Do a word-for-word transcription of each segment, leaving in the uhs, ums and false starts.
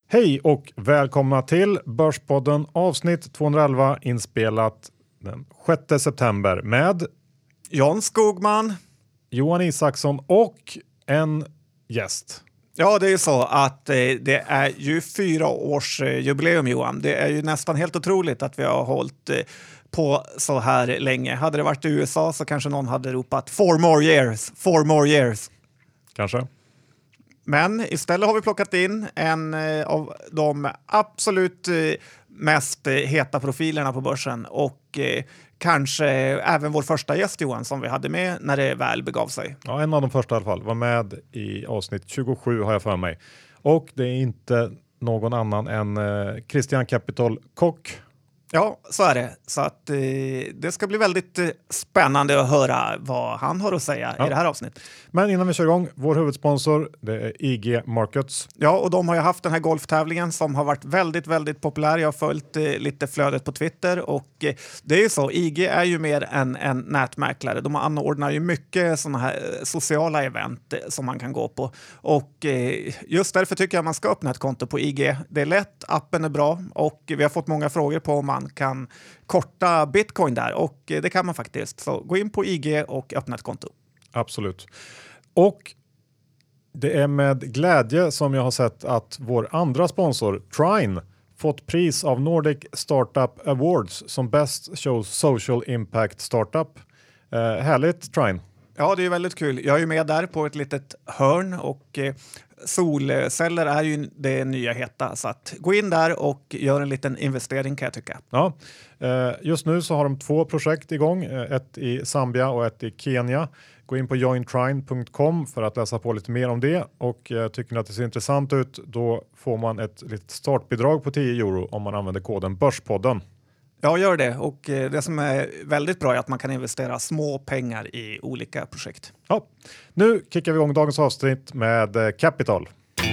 Hej och välkomna till Börspodden avsnitt tvåhundraelva inspelat den sjätte september med John Skogman, Johan Isaksson och en gäst. Ja, det är ju så att eh, det är ju fyra års eh, jubileum, Johan. Det är ju nästan helt otroligt att vi har hållit eh, på så här länge. Hade det varit i U S A så kanske någon hade ropat four more years, four more years. Kanske. Men istället har vi plockat in en eh, av de absolut eh, mest eh, heta profilerna på börsen och eh, kanske även vår första gäst, Johan, som vi hade med när det väl begav sig. Ja, en av de första i alla fall. Var med i avsnitt tjugosju har jag för mig. Och det är inte någon annan än eh, Christian Capital Kock. Ja, så är det. Så att eh, det ska bli väldigt eh, spännande att höra vad han har att säga ja. i det här avsnittet. Men innan vi kör igång, vår huvudsponsor, det är I G Markets. Ja, och de har ju haft den här golftävlingen som har varit väldigt, väldigt populär. Jag har följt eh, lite flödet på Twitter och eh, det är ju så, I G är ju mer än en nätmäklare. De anordnar ju mycket sådana här eh, sociala event eh, som man kan gå på. Och eh, just därför tycker jag man ska öppna ett konto på I G. Det är lätt, appen är bra och vi har fått många frågor på om man kan korta bitcoin där och det kan man faktiskt. Så gå in på I G och öppna ett konto. Absolut. Och det är med glädje som jag har sett att vår andra sponsor Trine fått pris av Nordic Startup Awards som Best Shows Social Impact Startup. Eh, härligt Trine. Ja, det är väldigt kul. Jag är ju med där på ett litet hörn och eh, solceller är ju det nya heta. Så att gå in där och gör en liten investering kan jag tycka. Ja, eh, just nu så har de två projekt igång. Eh, ett i Zambia och ett i Kenya. Gå in på join trine punkt com för att läsa på lite mer om det. Och eh, tycker ni att det ser intressant ut då får man ett litet startbidrag på tio euro om man använder koden Börspodden. Ja, gör det. Och eh, det som är väldigt bra är att man kan investera små pengar i olika projekt. Ja, nu kickar vi igång dagens avsnitt med eh, Capital.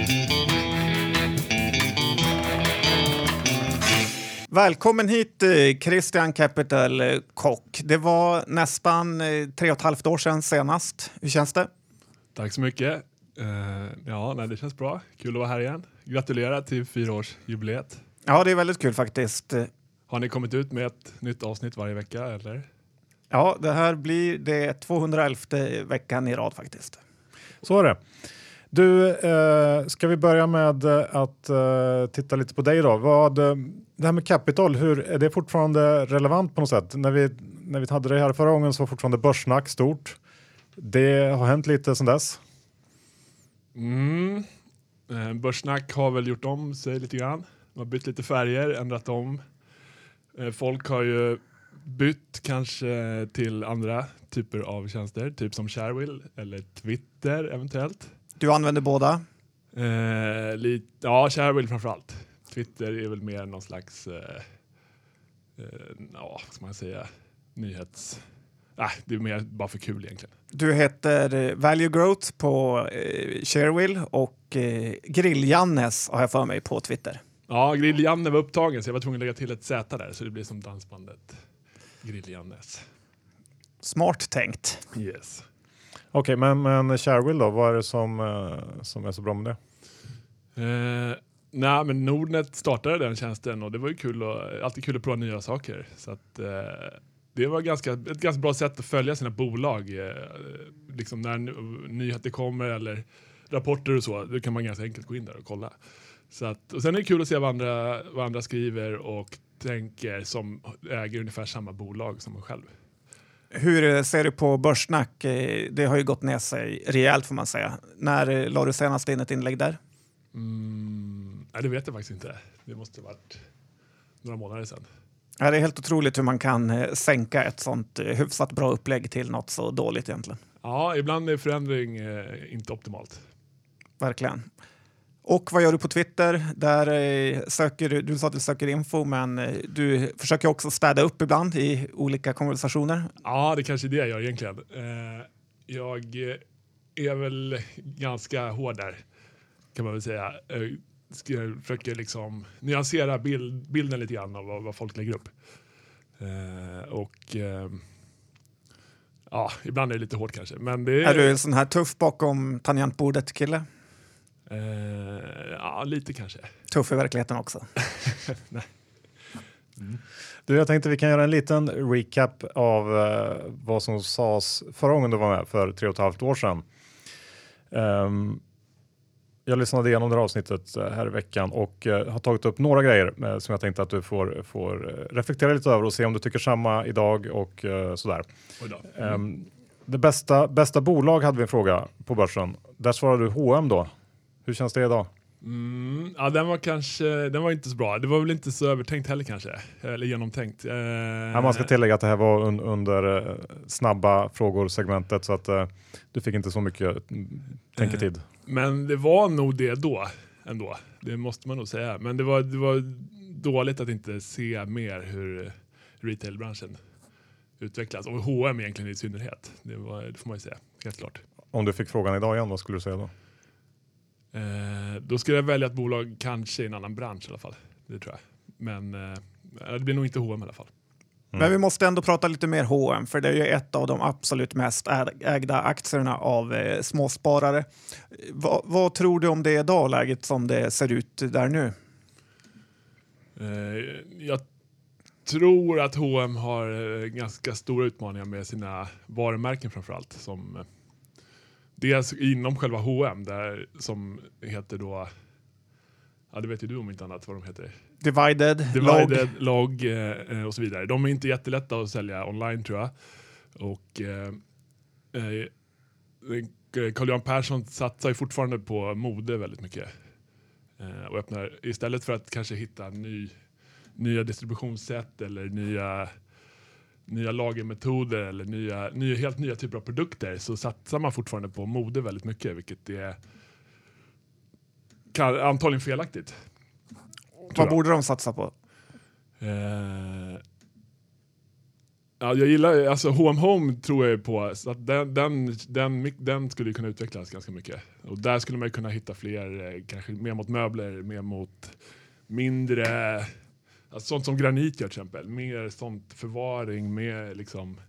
Välkommen hit Christian Capital Kock. Det var nästan tre och ett halvt år sedan senast. Hur känns det? Tack så mycket. Uh, ja, nej, det känns bra. Kul att vara här igen. Gratulerar till fyraårsjubileet. Ja, det är väldigt kul faktiskt. Har ni kommit ut med ett nytt avsnitt varje vecka eller? Ja, det här blir det tvåhundraelfte veckan i rad faktiskt. Så är det. Du, eh, ska vi börja med att eh, titta lite på dig då. Vad, eh, det här med Capital, hur, är det fortfarande relevant på något sätt? När vi, när vi hade det här förra gången så var fortfarande börssnack stort. Det har hänt lite sedan dess. Mm. Eh, börssnack har väl gjort om sig lite grann. De har bytt lite färger, ändrat om. Eh, folk har ju bytt kanske till andra typer av tjänster, typ som Sharewill eller Twitter eventuellt. Du använder båda? Eh, lite, ja, Sharewill framförallt. Twitter är väl mer någon slags, eh, eh, ja, vad ska man säga, nyhets... Nej, det är mer bara för kul egentligen. Du heter Value Growth på eh, Sharewill och eh, Grill-Jannes har jag för mig på Twitter. Ja, Grill-Janne var upptagen så jag var tvungen att lägga till ett Z där så det blir som dansbandet Grill-Jannes. Smart tänkt. Yes. Okej, okay, men, men Sharewill då, vad är det som, uh, som är så bra med det? Eh, nej, men Nordnet startade den tjänsten och det var ju kul och alltid kul att prova nya saker. Så att, eh, det var ganska, ett ganska bra sätt att följa sina bolag. Eh, liksom när nyheter kommer eller rapporter och så, då kan man ganska enkelt gå in där och kolla. Så att, och sen är det kul att se vad andra, vad andra skriver och tänker som äger ungefär samma bolag som man själv. Hur ser du på börssnack? Det har ju gått ner sig rejält får man säga. När la du senast in ett inlägg där? Mm, nej, det vet jag faktiskt inte. Det måste ha varit några månader sedan. Ja, det är helt otroligt hur man kan sänka ett sånt hyfsat bra upplägg till något så dåligt egentligen. Ja, ibland är förändring eh, inte optimalt. Verkligen. Och vad gör du på Twitter? Där eh, söker du, du sa att du söker info, men eh, du försöker också städa upp ibland i olika konversationer. Ja, det kanske är det jag gör egentligen. Eh, jag är väl ganska hård där, kan man väl säga. Jag försöker liksom nyansera bild, bilden lite grann av vad, vad folk lägger upp. Eh, och eh, ja, ibland är det lite hårt kanske. Men det är... är du en sån här tuff bakom tangentbordet kille? Eh, ja, lite kanske. Tuff i verkligheten också. Nej. Mm. Du, jag tänkte vi kan göra en liten recap av eh, vad som sades förra gången du var med för tre och ett halvt år sedan. Um, jag lyssnade igenom det här avsnittet här i veckan och uh, har tagit upp några grejer uh, som jag tänkte att du får, får reflektera lite över och se om du tycker samma idag och uh, sådär. Mm. Um, det bästa, bästa bolag hade vi en fråga på börsen. Där svarade du H och M då. Hur känns det idag? Mm, ja, den var kanske den var inte så bra. Det var väl inte så övertänkt heller kanske. Eller genomtänkt. Eh, ja, man ska tillägga att det här var un, under uh, snabba frågor-segmentet så att uh, du fick inte så mycket tänketid. Eh, men det var nog det då ändå. Det måste man nog säga. Men det var, det var dåligt att inte se mer hur retailbranschen utvecklas. Och H och M egentligen i synnerhet. Det, var, det får man ju säga, helt klart. Om du fick frågan idag igen, vad skulle du säga då? Eh, då skulle jag välja ett bolag kanske i en annan bransch i alla fall. Det tror jag. Men eh, det blir nog inte H och M i alla fall. Mm. Men vi måste ändå prata lite mer H och M för det är ju ett av de absolut mest ägda aktierna av eh, småsparare. Va, vad tror du om det idag, läget som det ser ut där nu? Eh, jag tror att H och M har eh, ganska stora utmaningar med sina varumärken framförallt. Som eh, dels inom själva H och M där som heter då, ja det vet ju du om inte annat vad de heter. Divided, Divided, Log, log eh, och så vidare. De är inte jättelätta att sälja online tror jag. Och eh, eh, Carl-Johan Persson satsar ju fortfarande på mode väldigt mycket. Eh, och öppnar, istället för att kanske hitta ny, nya distributionssätt eller nya, nya lagermetoder eller nya, nya, helt nya typer av produkter så satsar man fortfarande på mode väldigt mycket, vilket är kan, antagligen felaktigt. Vad borde de satsa på? Eh, ja, jag gillar alltså H och M Home tror jag på så att den, den, den, den skulle kunna utvecklas ganska mycket och där skulle man kunna hitta fler kanske mer mot möbler, mer mot mindre alltså sånt som granit gör till exempel, mer sånt förvaring, mer liksom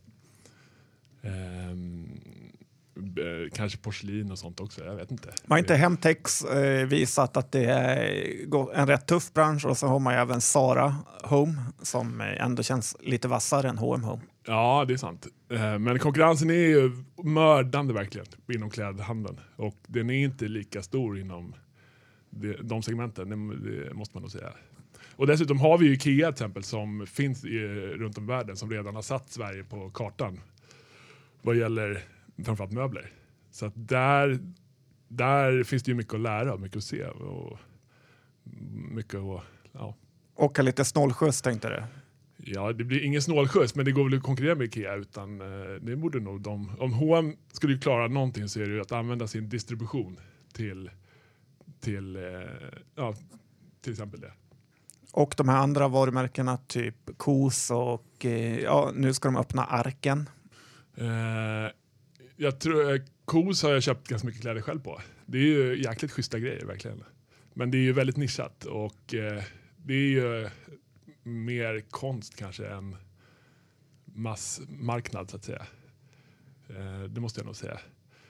ehm, kanske porslin och sånt också, jag vet inte. Man har inte Hemtex eh, visat att det är en rätt tuff bransch och så har man ju även Zara Home som ändå känns lite vassare än H och M Home. Ja, det är sant. Eh, men konkurrensen är ju mördande verkligen inom klädhandeln och den är inte lika stor inom de, de segmenten, det, det måste man nog säga. Och dessutom har vi ju IKEA till exempel som finns i, runt om världen som redan har satt Sverige på kartan vad gäller framförallt möbler. Så att där, där finns det ju mycket att lära och mycket att se. Och mycket att, ja. Åka lite snålskjuts tänkte du? Ja, det blir ingen snålskjuts men det går väl att konkurrera med IKEA utan eh, det borde nog de. Om H och M skulle ju klara någonting så är det ju att använda sin distribution till, till, eh, ja, till exempel det. Och de här andra varumärkena typ Kos och eh, ja, nu ska de öppna Arken. Eh, Jag tror Kos har jag köpt ganska mycket kläder själv på. Det är ju jäkligt schyssta grejer verkligen. Men det är ju väldigt nischat och eh, det är ju mer konst kanske än massmarknad så att säga. Eh, det måste jag nog säga.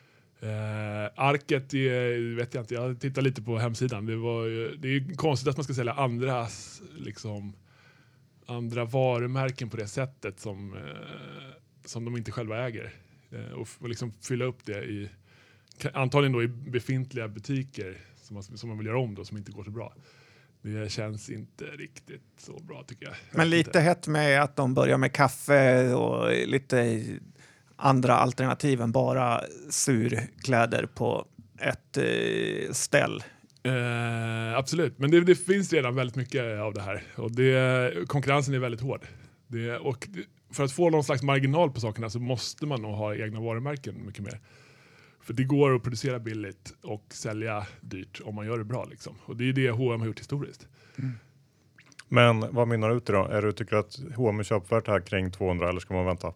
Eh, Arket är, vet jag inte, jag tittar lite på hemsidan. Det, var ju, det är ju konstigt att man ska sälja andras liksom, andra varumärken på det sättet som, eh, som de inte själva äger. Och, och liksom fylla upp det i antagligen då i befintliga butiker som man, som man vill göra om då som inte går så bra. Det känns inte riktigt så bra tycker jag. jag Men lite inte. Hett med att de börjar med kaffe och lite andra alternativ än bara surkläder på ett eh, ställ. Eh, absolut, men det, det finns redan väldigt mycket av det här och det, konkurrensen är väldigt hård. Det, och det, för att få någon slags marginal på sakerna så måste man nog ha egna varumärken mycket mer. För det går att producera billigt och sälja dyrt om man gör det bra. Liksom. Och det är det H och M har gjort historiskt. Mm. Men vad menar du ut då? Är du tycker att H och M är köpvärt här kring tvåhundra eller ska man vänta?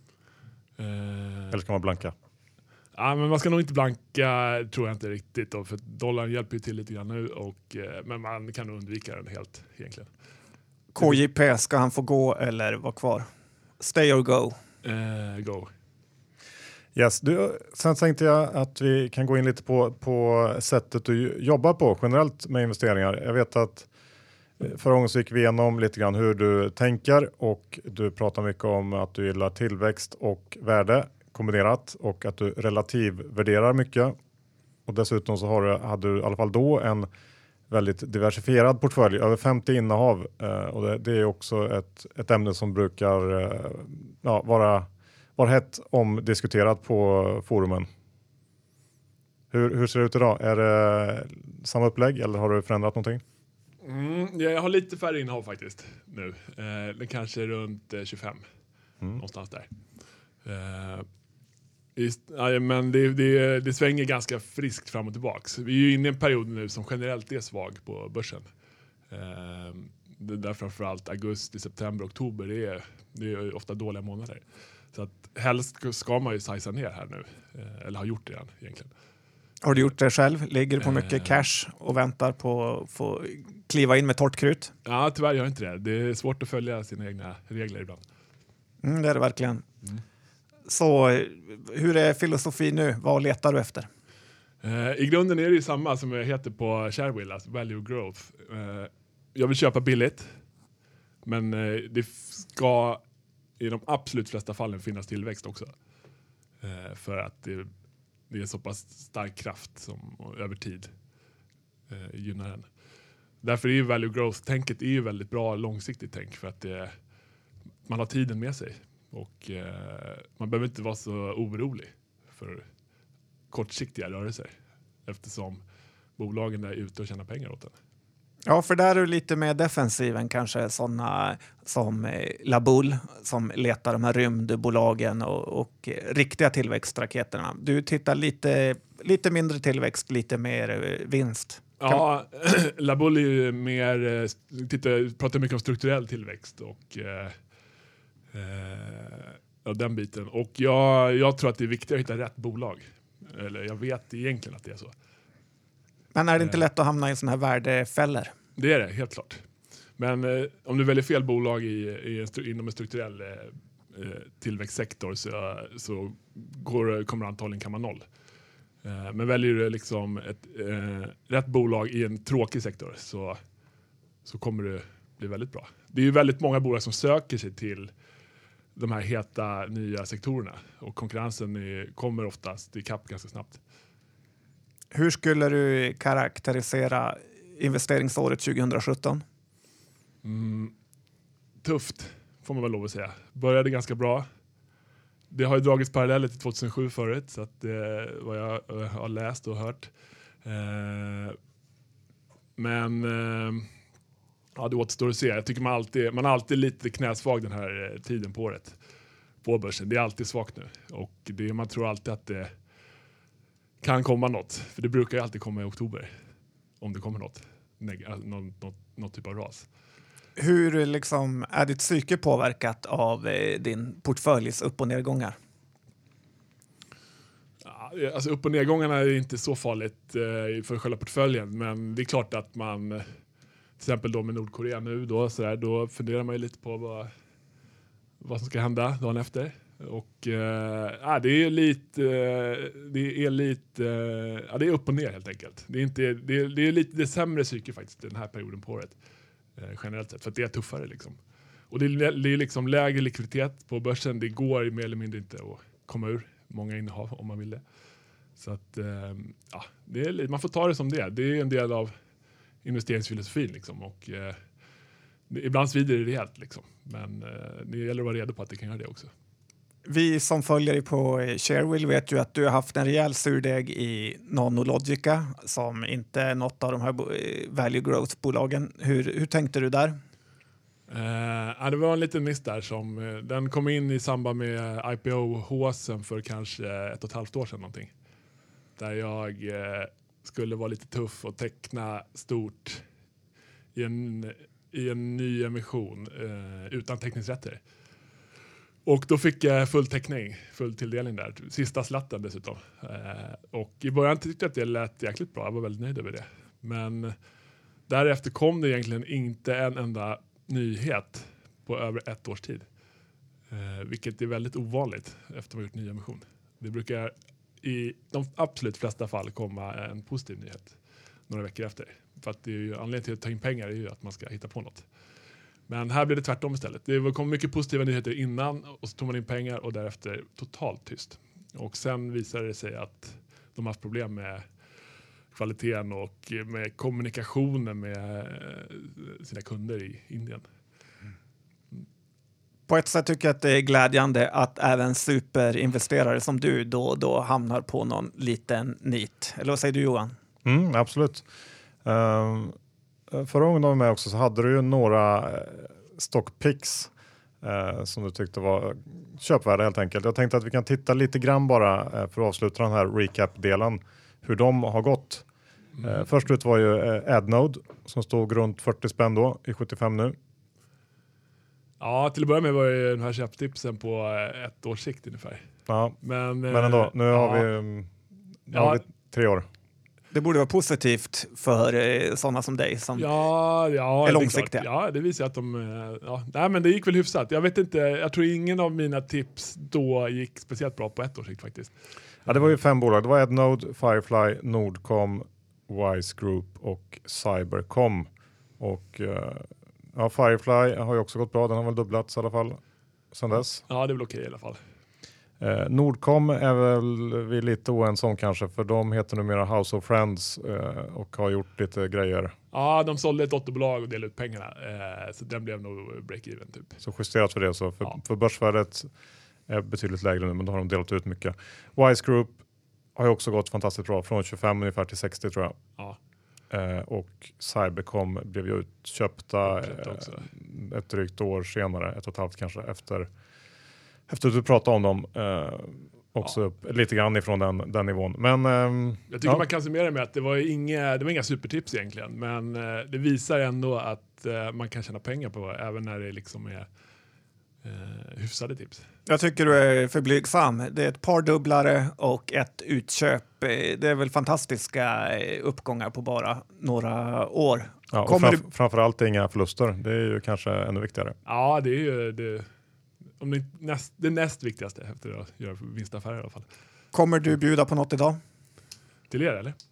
Eh... Eller ska man blanka? Ja, men man ska nog inte blanka tror jag inte riktigt. Då, för dollarn hjälper ju till lite grann nu. Och, men man kan nog undvika den helt egentligen. K J P, ska han få gå eller vara kvar? Stay or go? Eh, go. Yes, du, sen tänkte jag att vi kan gå in lite på, på sättet du jobbar på generellt med investeringar. Jag vet att förra gången så gick vi igenom lite grann hur du tänker och du pratar mycket om att du gillar tillväxt och värde kombinerat och att du relativvärderar mycket. Och dessutom så har du, hade du i alla fall då en väldigt diversifierad portfölj, över femtio innehav. Eh, och det, det är också ett, ett ämne som brukar eh, ja, vara, vara hett omdiskuterat på forumen. Hur, hur ser det ut idag? Är det samma upplägg eller har du förändrat någonting? Mm, jag har lite färre innehav faktiskt nu. Eh, det kanske är runt eh, tjugofem. Mm. Någonstans där. Eh, just, ja, men det, det, det svänger ganska friskt fram och tillbaks. Vi är ju inne i en period nu som generellt är svag på börsen. Eh, det där framförallt augusti, september, oktober det är, det är ofta dåliga månader. Så att helst ska man ju sajsa ner här nu. Eh, eller har gjort det redan egentligen. Har du gjort det själv? Ligger du på mycket cash och väntar på att få kliva in med torrt krut? Ja, tyvärr gör jag inte det. Det är svårt att följa sina egna regler ibland. Mm, det är det verkligen. Mm. Så hur är filosofi nu? Vad letar du efter? Uh, I grunden är det ju samma som jag heter på Sharewill, alltså value growth. Uh, jag vill köpa billigt, men uh, det ska i de absolut flesta fallen finnas tillväxt också. Uh, för att det Det är så pass stark kraft som över tid eh, gynnar den. Därför är ju value growth-tänket är ju väldigt bra långsiktigt tänk för att det, man har tiden med sig. Och eh, man behöver inte vara så orolig för kortsiktiga rörelser eftersom bolagen är ute och tjänar pengar åt den. Ja, för där är du lite mer defensiv än kanske sådana som eh, Labull som letar de här rymdbolagen och, och eh, riktiga tillväxtraketerna. Du tittar lite, lite mindre tillväxt, lite mer eh, vinst. Ja, Labull är ju mer, eh, tittar, pratar mycket om strukturell tillväxt och eh, eh, ja, den biten. Och jag, jag tror att det är viktigt att hitta rätt bolag. Eller jag vet egentligen att det är så. Men är det inte lätt att hamna i sådana här värdefällor? Det är det, helt klart. Men eh, om du väljer fel bolag i, i en, inom en strukturell eh, tillväxtsektor så, så går, kommer antagligen kamma noll. Eh, men väljer du liksom ett eh, rätt bolag i en tråkig sektor så, så kommer det bli väldigt bra. Det är ju väldigt många bolag som söker sig till de här heta nya sektorerna och konkurrensen är, kommer oftast i kapp ganska snabbt. Hur skulle du karaktärisera investeringsåret tjugohundrasjutton? Mm, tufft får man väl lov att säga. Började ganska bra. Det har ju dragits paralleller till tjugohundrasju förut så att det är vad jag uh, har läst och hört. Uh, men uh, ja, det återstår att se. Jag tycker man alltid man är alltid lite knäsvag den här uh, tiden på året på börsen. Det är alltid svagt nu och det, man tror alltid att det kan komma något. För det brukar ju alltid komma i oktober. Om det kommer något. Neg- något, något, något typ av ras. Hur liksom är ditt psyke påverkat av eh, din portföljs upp- och nedgångar? Ja, alltså upp- och nedgångarna är inte så farligt eh, för själva portföljen. Men det är klart att man, till exempel då med Nordkorea nu, då, så där, då funderar man ju lite på vad, vad som ska hända dagen efter. Och äh, det är lite äh, det är lite äh, ja, det är upp och ner helt enkelt. Det är inte det är, det är lite det sämre psyke faktiskt den här perioden på året äh, generellt sett för att det är tuffare liksom. Och det är, det är liksom lägre likviditet på börsen. Det går mer eller mindre inte att komma ur många innehav om man vill det. Så att äh, ja, det är, man får ta det som det är. Det är en del av investeringsfilosofin liksom och äh, det, ibland svider det rejält liksom. Men äh, det gäller att vara redo på att det kan göra det också. Vi som följer dig på Sharewill vet ju att du har haft en rejäl surdeg i Nanologica som inte är något av de här value growth-bolagen. Hur, hur tänkte du där? Uh, ja, det var en liten miss där. Som, uh, den kom in i samband med I P O-håsen för kanske ett och ett halvt år sedan någonting. Där jag uh, skulle vara lite tuff och teckna stort i en, i en ny emission uh, utan teckningsrätter. Och då fick jag full täckning, full tilldelning där. Sista slatten dessutom. Eh, och i början tyckte jag att det lät jäkligt bra. Jag var väldigt nöjd över det. Men därefter kom det egentligen inte en enda nyhet på över ett års tid. Eh, vilket är väldigt ovanligt efter att man gjort ny emission. Det brukar i de absolut flesta fall komma en positiv nyhet några veckor efter. För att det är ju, anledningen till att ta in pengar är ju att man ska hitta på något. Men här blev det tvärtom istället. Det kom mycket positiva nyheter innan och så tog man in pengar och därefter totalt tyst. Och sen visade det sig att de har haft problem med kvaliteten och med kommunikationen med sina kunder i Indien. På ett sätt tycker jag att det är glädjande att även superinvesterare som du då och då hamnar på någon liten nit. Eller vad säger du, Johan? Mm, absolut. Um, förra gången de var med också så hade du ju några stockpicks uh, som du tyckte var köpvärda helt enkelt. Jag tänkte att vi kan titta lite grann bara uh, för att avsluta den här recap-delen hur de har gått. Mm. Uh, först ut var ju uh, AdNode som stod runt fyrtio spänn då i sjuttiofem nu. Ja, till att börja med var ju den här köptipsen på ett års sikt ungefär. Ja, men, men ändå, nu ja. har, vi, nu ja. har vi tre år. Det borde vara positivt för eh, sådana som dig som ja, ja, är långsiktiga. Det är ja, det visar att de... Ja, nej, men det gick väl hyfsat. Jag vet inte, jag tror ingen av mina tips då gick speciellt bra på ett års sikt faktiskt. Ja, det var ju fem bolag. Det var AdNode, Firefly, Nordcom, Wise Group och Cybercom. Och... Uh, Ja, Firefly har ju också gått bra. Den har väl dubblats i alla fall sedan dess. Ja, det är väl okej i alla fall. Eh, Nordcom är väl vi lite oense om kanske, för de heter numera House of Friends eh, och har gjort lite grejer. Ja, de sålde ett dotterbolag och delade ut pengarna. Eh, så den blev nog break-even typ. Så justerat för det. Så för, ja. för börsvärdet är betydligt lägre nu, men då har de delat ut mycket. Wise Group har ju också gått fantastiskt bra. Från tjugofem ungefär till sextio tror jag. Ja. Eh, och Cybercom blev ju utköpta eh, ett drygt år senare, ett och ett halvt kanske, efter, efter att du pratade om dem. Eh, också ja. upp lite grann ifrån den, den nivån. Men, eh, jag tycker ja. man kan summera med att det var inga, det var inga supertips egentligen, men eh, det visar ändå att eh, man kan tjäna pengar på även när det liksom är eh, hyfsade tips. Jag tycker du är för blygsam. Det är ett par dubblare och ett utköp. Det är väl fantastiska uppgångar på bara några år. Ja, och framf- du... Framförallt inga förluster. Det är ju kanske ännu viktigare. Ja, det är ju det, om det, näst, det näst viktigaste efter att göra vinstaffärer i alla fall. Kommer du bjuda på något idag? Till er eller?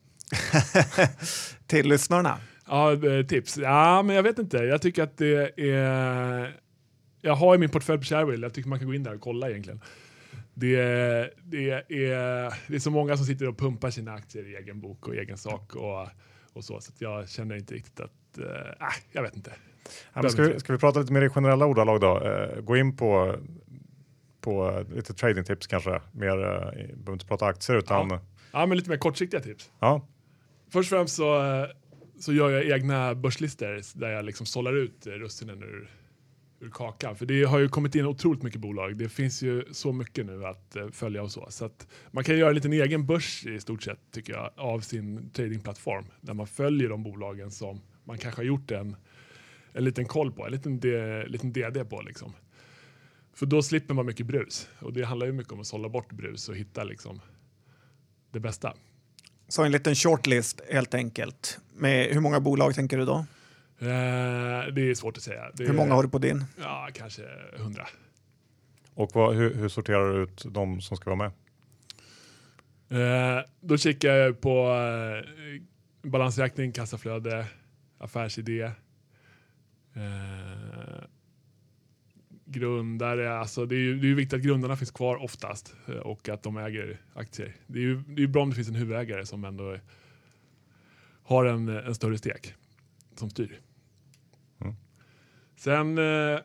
Till lyssnarna? Ja, tips. Ja, men jag vet inte. Jag tycker att det är... Jag har i min portfölj på Shareville. Jag tycker man kan gå in där och kolla egentligen. Det, det, är, det är så många som sitter och pumpar sina aktier i egen bok och egen sak och, och så. Så att jag känner inte riktigt att... Äh, jag vet inte. Ja, men ska, vi, ska vi prata lite mer i generella ordalag då? Uh, gå in på, på lite trading tips kanske. Mer, uh, behöver inte prata aktier utan... Ja. ja, men lite mer kortsiktiga tips. Ja. Först och främst så, så gör jag egna börslistor där jag liksom sållar ut russinen ur... ur kakan. För det har ju kommit in otroligt mycket bolag. Det finns ju så mycket nu att uh, följa och så. Så att man kan göra en liten egen börs i stort sett tycker jag av sin tradingplattform. Där man följer de bolagen som man kanske har gjort en, en liten koll på. En liten, D, liten D D på liksom. För då slipper man mycket brus. Och det handlar ju mycket om att sålla bort brus och hitta liksom det bästa. Så en liten shortlist helt enkelt. Med hur många bolag tänker du då? Eh, det är svårt att säga. Det hur många är, har du på din? Ja, kanske hundra. Och vad, hur, hur sorterar du ut de som ska vara med? Eh, då kikar jag på eh, balansräkning, kassaflöde, affärsidé, eh, grundare. Alltså det är ju det är viktigt att grundarna finns kvar oftast eh, och att de äger aktier. Det är ju det är bra om det finns en huvudägare som ändå har en, en större stek som styr. Mm. Sen eh,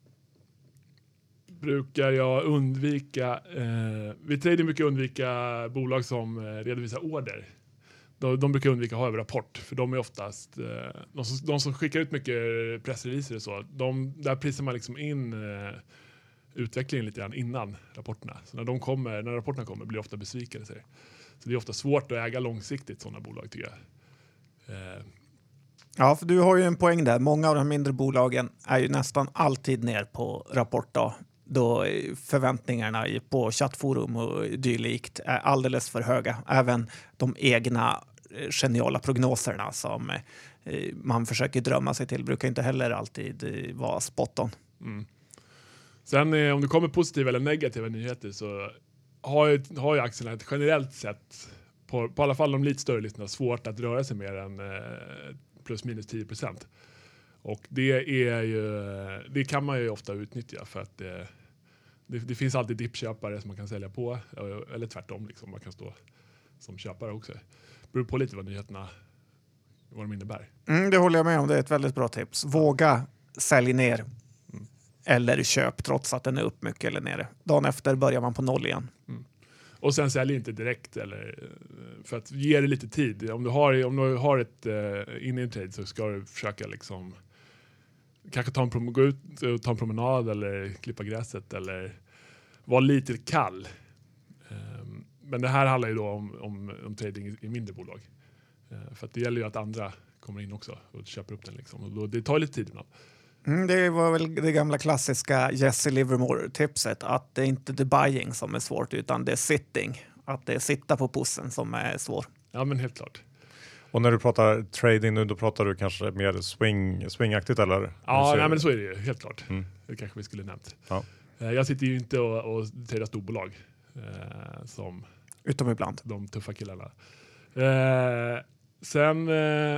brukar jag undvika, eh, vid trading brukar jag undvika bolag som eh, redovisar order. De, de brukar undvika ha över rapport, för de är oftast, eh, de, som, de som skickar ut mycket pressreleaser och så, de, där prisar man liksom in eh, utvecklingen lite grann innan rapporterna. Så när de kommer, när rapporterna kommer blir det ofta besvikelse. Så det är ofta svårt att äga långsiktigt sådana bolag tycker jag. Eh, Ja, för du har ju en poäng där. Många av de mindre bolagen är ju nästan alltid ner på rapport då. Då förväntningarna på chattforum och dylikt är alldeles för höga. Även de egna geniala prognoserna som man försöker drömma sig till brukar inte heller alltid vara spot on. Mm. Sen om det kommer positiva eller negativa nyheter så har ju, har ju aktierna generellt sett på, på alla fall de lite större listorna svårt att röra sig mer än eh, plus minus tio procent. Och det är ju, det kan man ju ofta utnyttja för att det, det, det finns alltid dippköpare som man kan sälja på, eller tvärtom liksom, man kan stå som köpare också. Det beror på lite vad nyheterna, vad de innebär. Mm, det håller jag med om, det är ett väldigt bra tips. Våga sälj ner mm. eller köp trots att den är upp mycket eller nere. Dagen efter börjar man på noll igen. Mm. Och sen sälj inte direkt, eller, för att ge det lite tid. Om du har, om du har ett uh, in i en trade så ska du försöka liksom kanske ta en prom- gå ut och ta en promenad eller klippa gräset eller vara lite kall. Um, men det här handlar ju då om, om, om trading i mindre bolag. Uh, för att det gäller ju att andra kommer in också och köper upp den. Liksom. Och då, det tar lite tid ibland. Mm, det var väl det gamla klassiska Jesse Livermore-tipset att det är inte the buying som är svårt utan det är sitting. Att det är sitta på pussen som är svår. Ja, men helt klart. Och när du pratar trading nu, då pratar du kanske mer swing, swingaktigt eller? Ja, nej, men så är det ju, helt klart. Mm. Det kanske vi skulle nämnt. Ja. Jag sitter ju inte och, och tradar storbolag eh, som utom ibland. De tuffa killarna. Eh, sen, eh,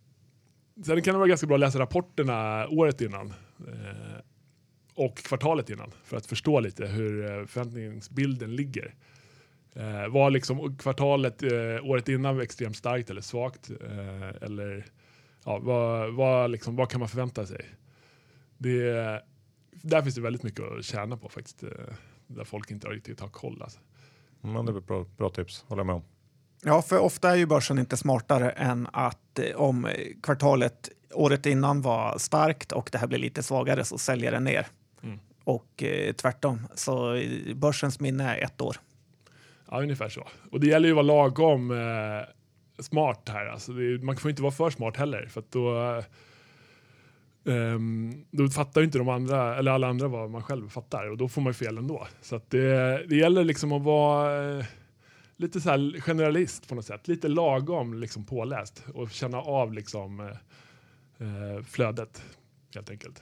sen kan det vara ganska bra att läsa rapporterna året innan eh, och kvartalet innan för att förstå lite hur förväntningsbilden ligger. Eh, var liksom kvartalet eh, året innan var extremt starkt eller svagt? Eh, eller ja, vad, vad, liksom, vad kan man förvänta sig? Det, där finns det väldigt mycket att tjäna på faktiskt. Eh, där folk inte riktigt har koll. Alltså. Men det är bra, bra tips, håller jag med om. Ja, för ofta är ju börsen inte smartare än att eh, om kvartalet året innan var starkt och det här blir lite svagare så säljer den ner. Mm. Och eh, tvärtom. Så börsens minne är ett år. Ja, ungefär så. Och det gäller ju att vara lagom eh, smart här. Alltså det, man får inte vara för smart heller. För att då, eh, då fattar ju inte de andra, eller alla andra vad man själv fattar. Och då får man ju fel ändå. Så att det, det gäller liksom att vara eh, lite så här generalist på något sätt. Lite lagom liksom påläst. Och känna av liksom eh, flödet helt enkelt.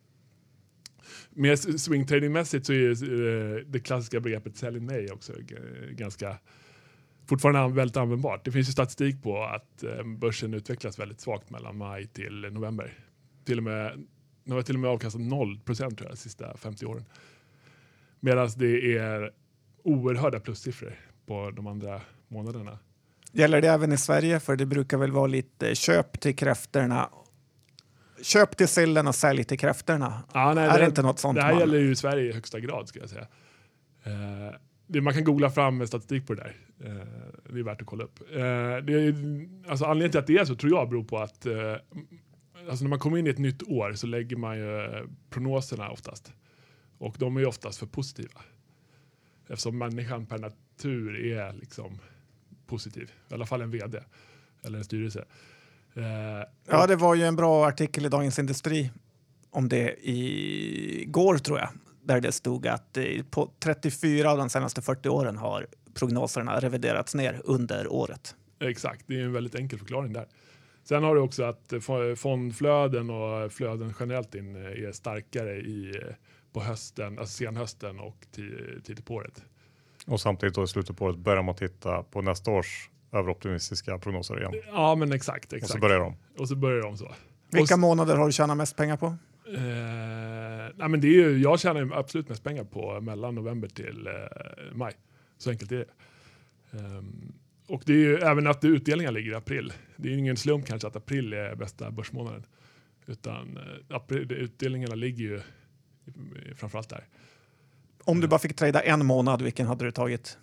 Med swingtradingmässigt så är det klassiska begreppet sell in May också ganska fortfarande väldigt användbart. Det finns ju statistik på att börsen utvecklas väldigt svagt mellan maj till november. Till och med, det har till och med avkastat noll procent tror jag de sista femtio åren. Medan det är oerhörda plussiffror på de andra månaderna. Gäller det även i Sverige? För det brukar väl vara lite köp till kräfterna. Köp till sillen och sälj till kräfterna. Ja, nej, är det, det inte något sånt? Det här man... gäller ju i Sverige i högsta grad ska jag säga. Uh, det, man kan googla fram statistik på det där. Uh, det är värt att kolla upp. Uh, det är, alltså, anledningen till att det är så tror jag beror på att uh, alltså, när man kommer in i ett nytt år så lägger man ju prognoserna oftast. Och de är ju oftast för positiva. Eftersom människan per natur är liksom positiv. I alla fall en vd eller en styrelse. Uh, ja, det var ju en bra artikel i Dagens Industri om det i går tror jag. Där det stod att på trettiofyra av de senaste fyrtio åren har prognoserna reviderats ner under året. Exakt, det är en väldigt enkel förklaring där. Sen har du också att fondflöden och flöden generellt in är starkare i, på hösten, alltså senhösten och tidigt på året. Och samtidigt då i slutet på året börjar man titta på nästa års överoptimistiska prognoser igen. Ja, men exakt, exakt. Och så börjar de. Och så börjar de så. Vilka och, månader har du tjänat mest pengar på? Eh, nej men det är ju, jag tjänar ju absolut mest pengar på mellan november till eh, maj. Så enkelt är det. Um, och det är ju även att utdelningar ligger i april. Det är ju ingen slump kanske att april är bästa börsmånaden. Utan eh, april, utdelningarna ligger ju framförallt där. Om du bara fick trada en månad, vilken hade du tagit?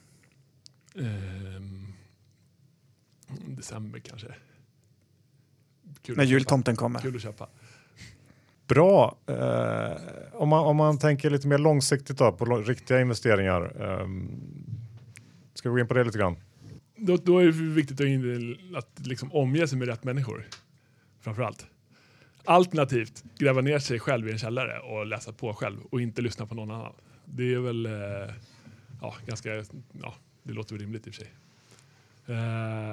Um, december kanske. Kul när jultomten kommer. Kul att köpa. Bra. Eh, om, man, om man tänker lite mer långsiktigt då, på lo- riktiga investeringar. Eh, ska vi gå in på det lite grann? Då, då är det viktigt att, in, att liksom omge sig med rätt människor. Framförallt. Alternativt gräva ner sig själv i en källare och läsa på själv och inte lyssna på någon annan. Det är väl eh, ja, ganska, ja, det låter väl rimligt i och för sig. Eh,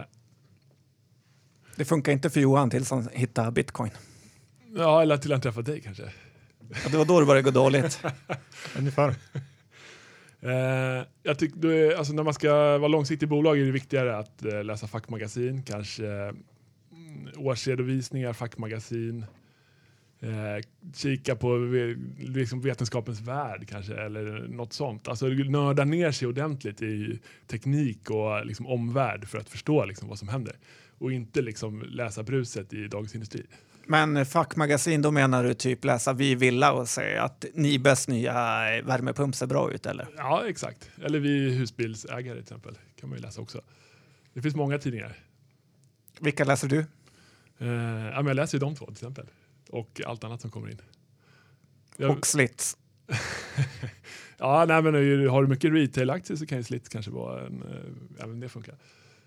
det funkar inte för Johan tills han hittar bitcoin. Ja, eller till han träffar dig kanske. Ja, det var då det började gå dåligt. Ungefär. Eh, jag tycker, alltså när man ska vara långsiktig i bolag är det viktigare att eh, läsa fackmagasin, kanske eh, årsredovisningar, fackmagasin, eh, kika på ve, liksom vetenskapens värld kanske, eller något sånt. Alltså nörda ner sig ordentligt i teknik och liksom omvärld för att förstå liksom vad som händer. Och inte liksom läsa bruset i Dagens Industri. Men fackmagasin, då menar du typ läsa Vi Villa och säga att Nibes nya värmepump ser bra ut, eller? Ja, exakt. Eller Vi husbilsägare till exempel. Kan man ju läsa också. Det finns många tidningar. Vilka läser du? Eh, ja, men jag läser ju de två till exempel. Och allt annat som kommer in. Jag... Och Slits. ja, nej, men har du mycket retail-aktier så kan ju Slits kanske vara en... Eh, även det funkar.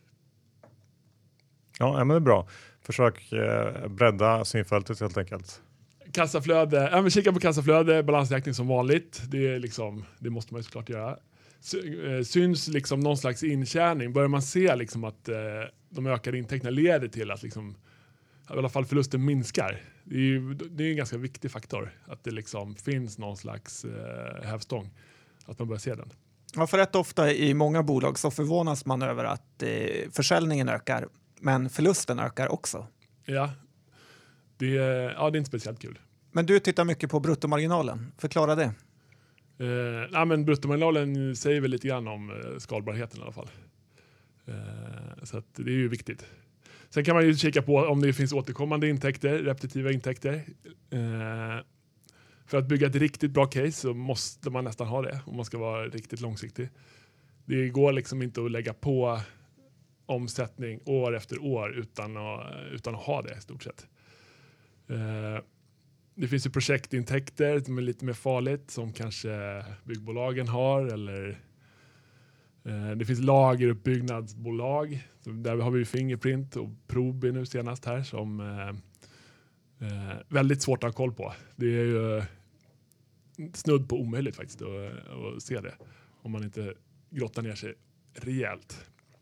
Ja, men det är bra. Försök eh, bredda synfältet helt enkelt. Kassaflöde, ja, men kika på kassaflöde, balansräkning som vanligt. Det, är liksom, det måste man ju såklart göra. Syns liksom någon slags intjäning. Börjar man se liksom att eh, de ökade intäkterna leder till att liksom, i alla fall förlusten minskar. Det är ju det är en ganska viktig faktor. Att det liksom finns någon slags eh, hävstång. Att man börjar se den. Ja, för rätt ofta i många bolag så förvånas man över att eh, försäljningen ökar. Men förlusten ökar också. Ja, det är, ja, det är inte speciellt kul. Men du tittar mycket på bruttomarginalen. Förklara det. Eh, ja, men bruttomarginalen säger väl lite grann om eh, skalbarheten i alla fall. Eh, så att det är ju viktigt. Sen kan man ju kika på om det finns återkommande intäkter, repetitiva intäkter. Eh, för att bygga ett riktigt bra case så måste man nästan ha det om man ska vara riktigt långsiktig. Det går liksom inte att lägga på omsättning år efter år utan att, utan att ha det i stort sett. Eh, det finns ju projektintäkter som är lite mer farligt som kanske byggbolagen har, eller eh, det finns lageruppbyggnadsbolag. Så där har vi ju Fingerprint och Probi nu senast här som eh, eh, väldigt svårt att ha koll på. Det är ju snudd på omöjligt faktiskt att, att se det om man inte grottar ner sig rejält.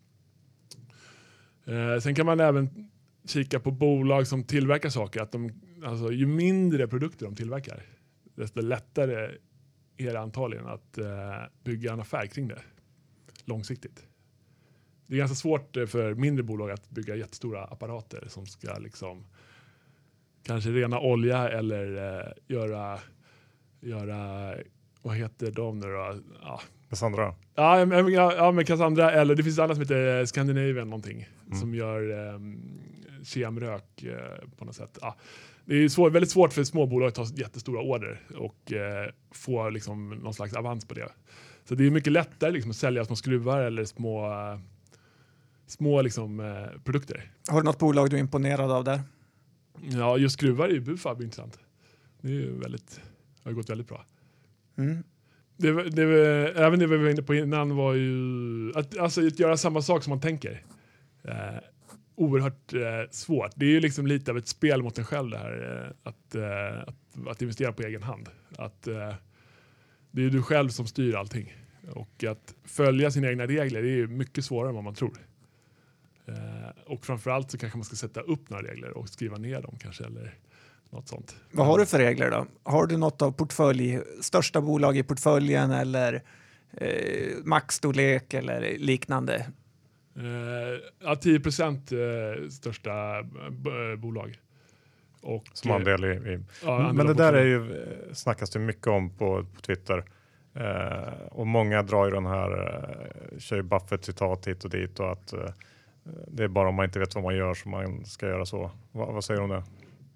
Eh, sen kan man även kika på bolag som tillverkar saker. Att de, alltså, ju mindre produkter de tillverkar, desto lättare är det antagligen att eh, bygga en affär kring det långsiktigt. Det är ganska svårt för mindre bolag att bygga jättestora apparater som ska liksom kanske rena olja eller eh, göra, göra, vad heter de nu då? Ja. Cassandra. Ja, men, ja, men Cassandra, eller det finns annat som heter Scandinavian någonting Mm. som gör eh, kemrök eh, på något sätt. Ja, det är svår, väldigt svårt för småbolag att ta jättestora order och eh, få liksom någon slags avans på det. Så det är mycket lättare liksom, att sälja små skruvar eller små, eh, små liksom, eh, produkter. Har du något bolag du är imponerad av där? Ja, just skruvar är ju Bufab intressant. Det är ju väldigt, det har gått väldigt bra. Mm. Det, det, även det vi var inne på innan var ju att, alltså, att göra samma sak som man tänker. Eh, oerhört eh, svårt. Det är ju liksom lite av ett spel mot en själv det här. Eh, att, eh, att, att investera på egen hand. Att, eh, det är du själv som styr allting. Och att följa sina egna regler det är ju mycket svårare än vad man tror. Eh, och framförallt så kanske man ska sätta upp några regler och skriva ner dem kanske. Eller något sånt. Vad har du för regler då? Har du något av portfölj, största bolag i portföljen eller eh, maxstorlek eller liknande? Uh, ja, tio procent uh, största b- bolag. Och, Som andel i... i. Ja, andel men det av där är ju, snackas det mycket om på, på Twitter. Uh, och många drar ju den här, uh, kör ju Buffett-citat hit och dit och att uh, det är bara om man inte vet vad man gör som man ska göra så. Va, vad säger du om det?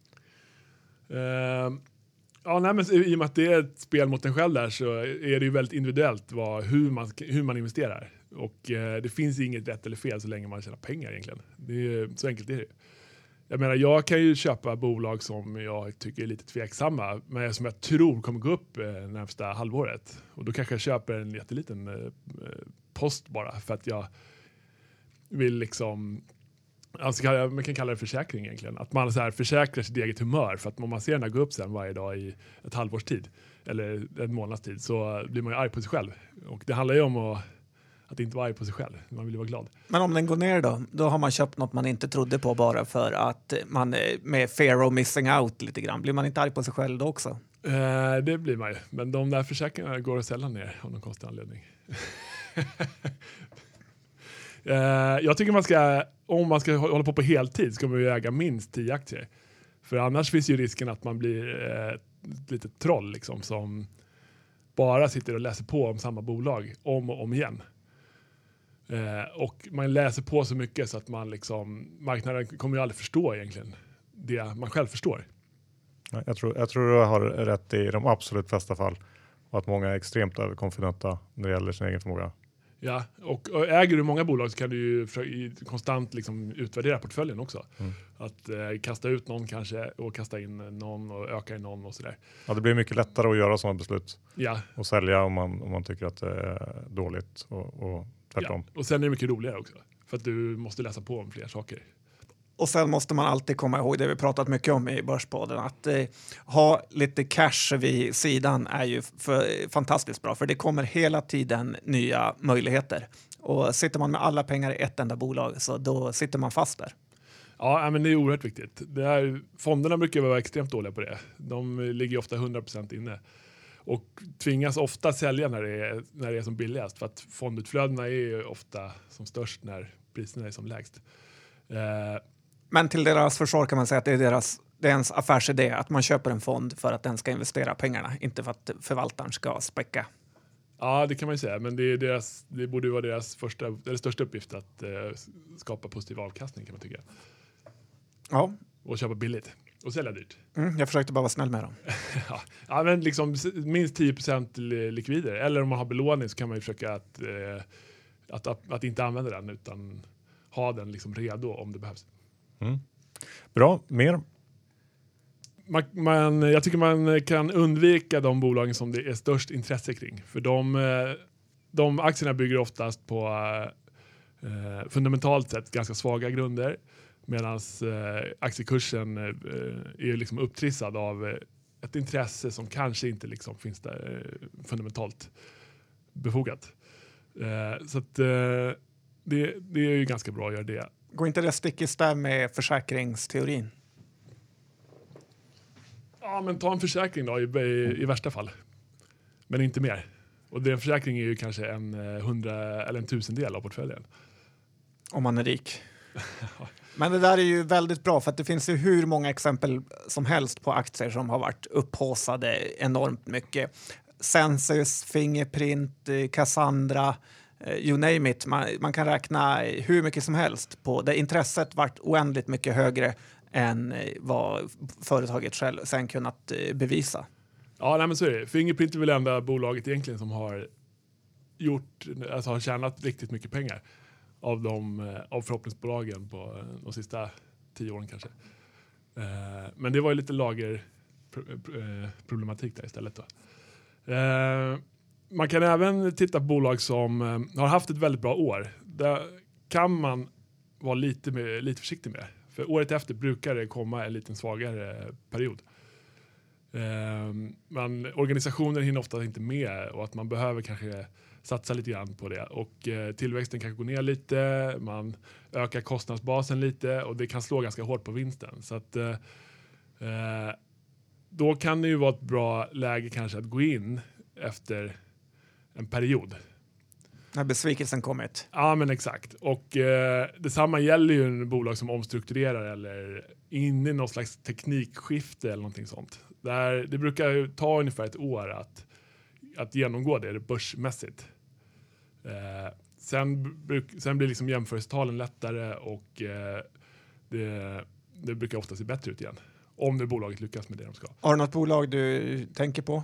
Uh, ja, nej, men i och med att det är ett spel mot en själv där så är det ju väldigt individuellt vad, hur, man, hur man investerar. Och eh, det finns inget rätt eller fel så länge man tjänar pengar egentligen. Det är, så enkelt är det. Jag menar, jag kan ju köpa bolag som jag tycker är lite tveksamma, men som jag tror kommer gå upp eh, närmsta halvåret. Och då kanske jag köper en jätteliten eh, post bara för att jag vill liksom, alltså, man kan kalla det försäkring egentligen. Att man så här försäkrar sitt eget humör för att om man ser den här gå upp sen varje dag i ett halvårs tid eller en månads tid så blir man ju arg på sig själv. Och det handlar ju om att att inte vara arg på sig själv. Man vill ju vara glad. Men om den går ner då? Då har man köpt något man inte trodde på bara för att man är med fear of missing out lite grann. Blir man inte arg på sig själv då också? Eh, det blir man ju. Men de där försäkringarna går sällan ner av någon konstig anledning. eh, jag tycker man ska, om man ska hålla på på heltid ska man ju äga minst tio aktier. För annars finns ju risken att man blir eh, ett litet troll liksom, som bara sitter och läser på om samma bolag om och om igen. Eh, och man läser på så mycket så att man liksom, marknaden kommer ju aldrig förstå egentligen det man själv förstår. Jag tror, jag tror du har rätt i de absolut flesta fall. Och att många är extremt överkonfidenta när det gäller sin egen förmåga. Ja, och, och äger du många bolag så kan du ju för, konstant liksom utvärdera portföljen också. Mm. Att eh, kasta ut någon kanske och kasta in någon och öka i någon och sådär. Ja, det blir mycket lättare att göra sådana beslut. Ja. Och sälja om man, om man tycker att det är dåligt och, och tvärtom. Ja. Och sen är det mycket roligare också. För att du måste läsa på om fler saker. Och sen måste man alltid komma ihåg det vi pratat mycket om i Börspodden, att eh, ha lite cash vid sidan är ju för, fantastiskt bra, för det kommer hela tiden nya möjligheter. Och sitter man med alla pengar i ett enda bolag så då sitter man fast där. Ja, men det är oerhört viktigt. Det här, fonderna brukar vara extremt dåliga på det. De ligger ofta hundra procent inne. Och tvingas ofta sälja när det är, när det är som billigast. För att fondutflödena är ofta som störst när priserna är som lägst. Eh, Men till deras försvar kan man säga att det är, deras, det är ens affärsidé att man köper en fond för att den ska investera pengarna, inte för att förvaltaren ska späcka. Ja, det kan man ju säga, men det, är deras, det borde ju vara deras första, eller största uppgift att eh, skapa positiv avkastning, kan man tycka. Ja. Och köpa billigt och sälja dyrt. Mm, jag försökte bara vara snäll med dem. ja, ja, men liksom minst tio procent likvider. Eller om man har belåning så kan man ju försöka att, eh, att, att, att inte använda den utan ha den liksom redo om det behövs. Mm. Bra, mer? Man, man, jag tycker man kan undvika de bolagen som det är störst intresse kring. För de, de aktierna bygger oftast på eh, fundamentalt sett ganska svaga grunder. Medan eh, aktiekursen eh, är liksom upptrissad av ett intresse som kanske inte liksom finns där eh, fundamentalt befogat. Eh, så att, eh, det, det är ju ganska bra att göra det. Går inte det stick i stäv med försäkringsteorin? Ja, men ta en försäkring då i, i, i värsta fall. Men inte mer. Och den försäkring är ju kanske en hundra eller en tusendel av portföljen. Om man är rik. Men det där är ju väldigt bra, för att det finns ju hur många exempel som helst på aktier som har varit upphaussade enormt mycket. Sensus, Fingerprint, Cassandra, you name it. Man, man kan räkna hur mycket som helst på det. Intresset varit oändligt mycket högre än vad företaget själv sen kunnat bevisa. Ja, nej, men så är det. Fingerprint är väl enda bolaget egentligen som har gjort, alltså har tjänat riktigt mycket pengar av de av förhoppningsbolagen på de sista tio åren kanske. Eh, men det var ju lite lagerproblematik där istället då. Eh, man kan även titta på bolag som eh, har haft ett väldigt bra år. Där kan man vara lite, med, lite försiktig med. För året efter brukar det komma en liten svagare period. Eh, man, organisationer hinner ofta inte med och att man behöver kanske satsa lite grann på det. Och eh, tillväxten kan gå ner lite, man ökar kostnadsbasen lite och det kan slå ganska hårt på vinsten. Så att eh, då kan det ju vara ett bra läge kanske att gå in efter en period. När besvikelsen kommit. Ja, men exakt. Och eh, detsamma gäller ju en bolag som omstrukturerar eller in i någon slags teknikskifte eller någonting sånt. Där det brukar ta ungefär ett år att, att genomgå det börsmässigt. Eh, sen, bruk, sen blir liksom jämförelsetalen lättare och eh, det, det brukar ofta se bättre ut igen. Om det bolaget lyckas med det de ska. Har du något bolag du tänker på?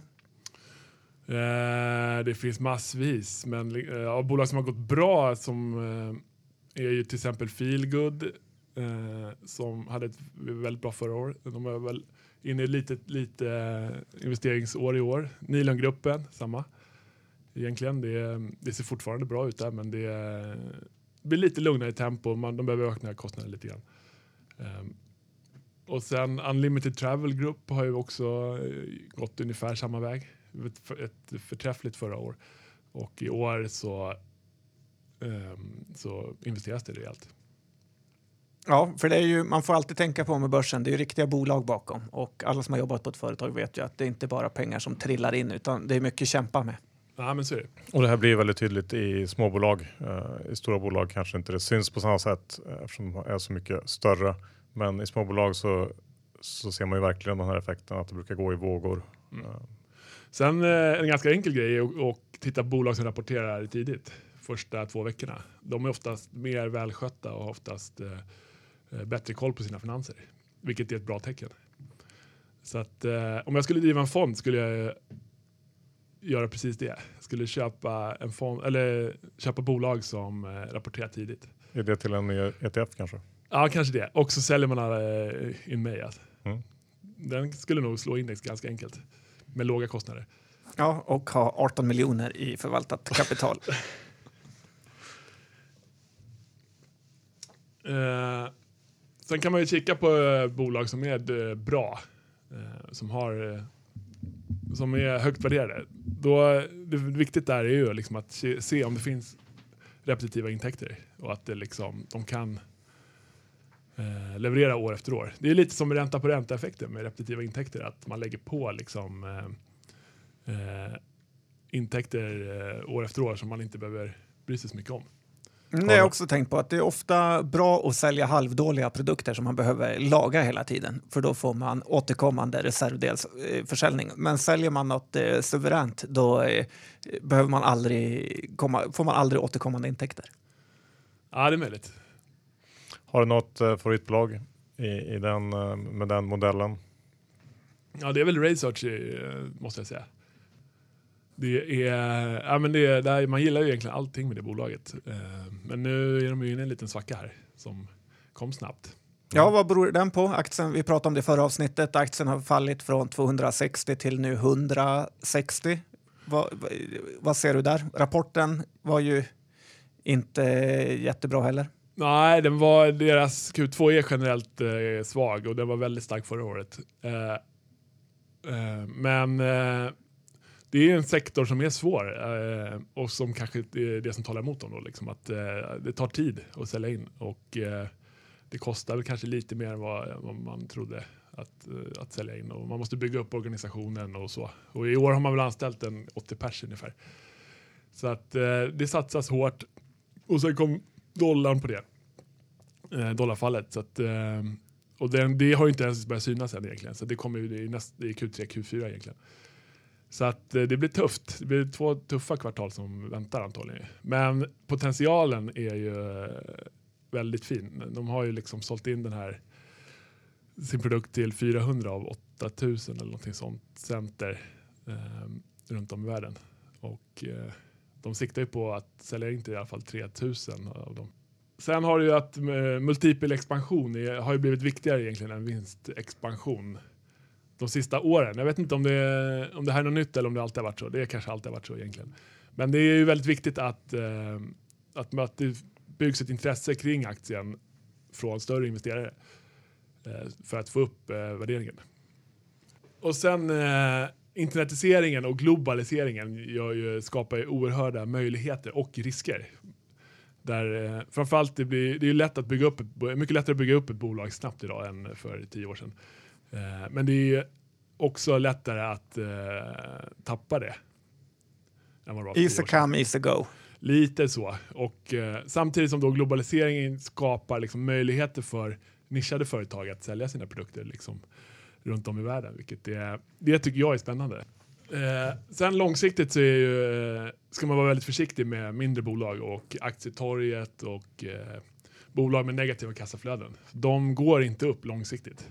Eh, det finns massvis, men eh, av bolag som har gått bra som eh, är ju till exempel Feelgood eh, som hade ett väldigt bra förra år. De var väl inne i lite, lite eh, investeringsår i år. Nilongruppen, samma. Egentligen, det, det ser fortfarande bra ut där, men det eh, blir lite lugnare i tempo. Man, de behöver öka kostnaden lite grann. Eh, och sen Unlimited Travel Group har ju också eh, gått ungefär samma väg. Ett, ett förträffligt förra år. Och i år så um, så investeras det rejält. Ja, för det är ju, man får alltid tänka på med börsen, det är ju riktiga bolag bakom. Och alla som har jobbat på ett företag vet ju att det är inte bara pengar som trillar in, utan det är mycket kämpa med. Ja, men så är det. Och det här blir väldigt tydligt i småbolag. Uh, I stora bolag kanske inte det syns på samma sätt uh, eftersom de är så mycket större. Men i småbolag så, så ser man ju verkligen den här effekten att det brukar gå i vågor. Mm. Uh. Sen uh, en ganska enkel grej är att titta på bolag som rapporterar tidigt. Första två veckorna. De är oftast mer välskötta och oftast uh, bättre koll på sina finanser. Vilket är ett bra tecken. Så att uh, om jag skulle driva en fond skulle jag göra precis det. Jag skulle köpa en fond eller köpa bolag som uh, rapporterar tidigt. Är det till en E T F kanske? Ja, kanske det. Och så säljer man alla uh, in mig. Alltså. Mm. Den skulle nog slå index ganska enkelt. Med låga kostnader. Ja, och ha arton miljoner i förvaltat kapital. uh, sen kan man ju kika på uh, bolag som är uh, bra. Uh, som har... Uh, som är högt värderade. Då, det viktigt där är ju liksom att se, se om det finns repetitiva intäkter och att det liksom, de kan eh, leverera år efter år. Det är lite som ränta på ränta-effekten med repetitiva intäkter, att man lägger på liksom, eh, eh, intäkter eh, år efter år som man inte behöver bry sig så mycket om. Det har jag också tänkt på, att det är ofta bra att sälja halvdåliga produkter som man behöver laga hela tiden. För då får man återkommande reservdelsförsäljning. Men säljer man något eh, suveränt, då eh, behöver man aldrig komma, får man aldrig återkommande intäkter. Ja, det är möjligt. Har du något eh, favoritbolag i, i den, eh, med den modellen? Ja, det är väl Research, eh, måste jag säga. Det är, ja, men det är, det är, man gillar ju egentligen allting med det bolaget. Eh, men nu är de ju inne i en liten svacka här som kom snabbt. Ja, vad beror den på? Aktien, vi pratade om det i förra avsnittet. Aktien har fallit från tvåhundrasextio till nu hundrasextio. Vad, vad, vad ser du där? Rapporten var ju inte jättebra heller. Nej, den var, deras Q två är generellt eh, svag och den var väldigt stark förra året. Eh, eh, men... Eh, det är en sektor som är svår eh, och som kanske är det som talar emot dem då, liksom, att eh, det tar tid att sälja in och eh, det kostar väl kanske lite mer än vad, vad man trodde att, eh, att sälja in, och man måste bygga upp organisationen och så. Och i år har man väl anställt en åttio pers ungefär. Så att eh, det satsas hårt och sen kom dollarn på det. Eh, dollarfallet. Så att, eh, och den, det har ju inte ens börjat synas än egentligen, så det kommer ju i, näst, i Q tre, Q fyra egentligen. Så att eh, det blir tufft. Det blir två tuffa kvartal som väntar antagligen. Men potentialen är ju eh, väldigt fin. De har ju liksom sålt in den här sin produkt till fyrahundra av åtta tusen eller någonting sånt center eh, runt om i världen. Och eh, de siktar ju på att sälja in till i alla fall tre tusen av dem. Sen har det ju att eh, multipel expansion är, har ju blivit viktigare egentligen än vinstexpansion de sista åren. Jag vet inte om det, om det här är något nytt eller om det alltid har varit så. Det är kanske alltid har varit så egentligen. Men det är ju väldigt viktigt att, eh, att, att det byggs ett intresse kring aktien från större investerare eh, för att få upp eh, värderingen. Och sen eh, internetiseringen och globaliseringen gör ju, skapar ju oerhörda möjligheter och risker. Där, eh, framförallt det blir det är lätt att bygga upp ett, mycket lättare att bygga upp ett bolag snabbt idag än för tio år sedan. Eh, men det är också lättare att eh, tappa det. Easy come, easy go. Lite så. Och eh, samtidigt som då globaliseringen skapar liksom möjligheter för nischade företag att sälja sina produkter liksom runt om i världen. Vilket är, det tycker jag är spännande. Eh, sen långsiktigt så är ju, eh, ska man vara väldigt försiktig med mindre bolag och aktietorget och eh, bolag med negativa kassaflöden. De går inte upp långsiktigt.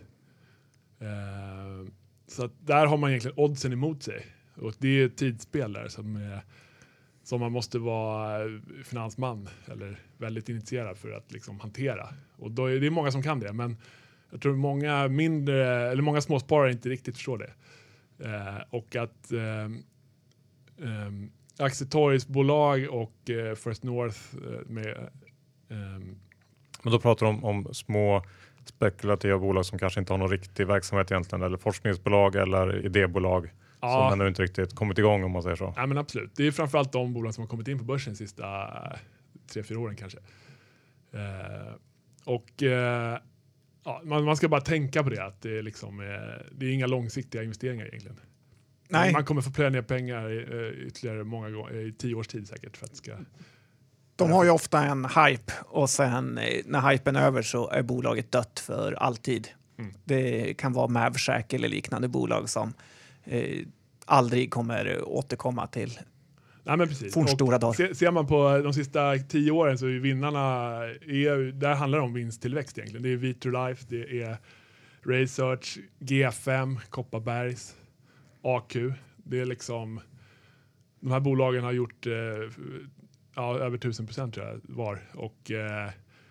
Eh, så att där har man egentligen oddsen emot sig. Och det är ett tidsspel där som, är, som man måste vara finansman eller väldigt initierad för att liksom hantera. Och då är det många som kan det, men jag tror många mindre eller många småsparare inte riktigt förstår det. Eh, och att eh, eh, aktietorgsbolag och eh, First North eh, med eh, men då pratar de om, om små spekulativa bolag som kanske inte har någon riktig verksamhet egentligen, eller forskningsbolag eller idébolag. Ja. Som ännu inte riktigt kommit igång, om man säger så. Ja, men absolut. Det är framförallt de bolag som har kommit in på börsen de sista tre, fyra åren kanske. Eh, och eh, ja, man, man ska bara tänka på det, att det är, liksom, eh, det är inga långsiktiga investeringar egentligen. Nej. Man kommer få plöja ner pengar eh, ytterligare många gånger, i tio års tid säkert. För att det ska... De har ju ofta en hype och sen eh, när hypen är över så är bolaget dött för alltid. Mm. Det kan vara Mavshack eller liknande bolag som eh, aldrig kommer återkomma till Nej, men precis. fornstora dagar. Se, ser man på de sista tio åren så är vinnarna, är, där handlar det om vinsttillväxt egentligen. Det är Vitrolife, det är Research, G F M, Kopparbergs, A Q. Det är liksom, de här bolagen har gjort eh, ja, över tusen procent tror jag var. Och eh,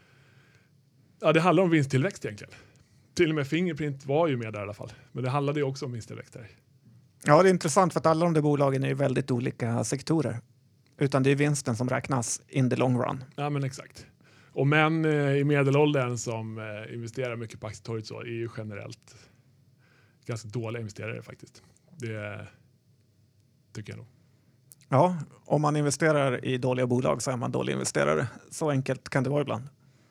ja, det handlar om vinsttillväxt egentligen. Till och med Fingerprint var ju med där i alla fall. Men det handlade ju också om vinsttillväxt där. Ja, det är intressant för att alla de där bolagen är ju väldigt olika sektorer. Utan det är vinsten som räknas in the long run. Ja, men exakt. Och män eh, i medelåldern som eh, investerar mycket på aktietorget så är ju generellt ganska dåliga investerare faktiskt. Det tycker jag nog. Ja, om man investerar i dåliga bolag så är man dålig investerare. Så enkelt kan det vara ibland.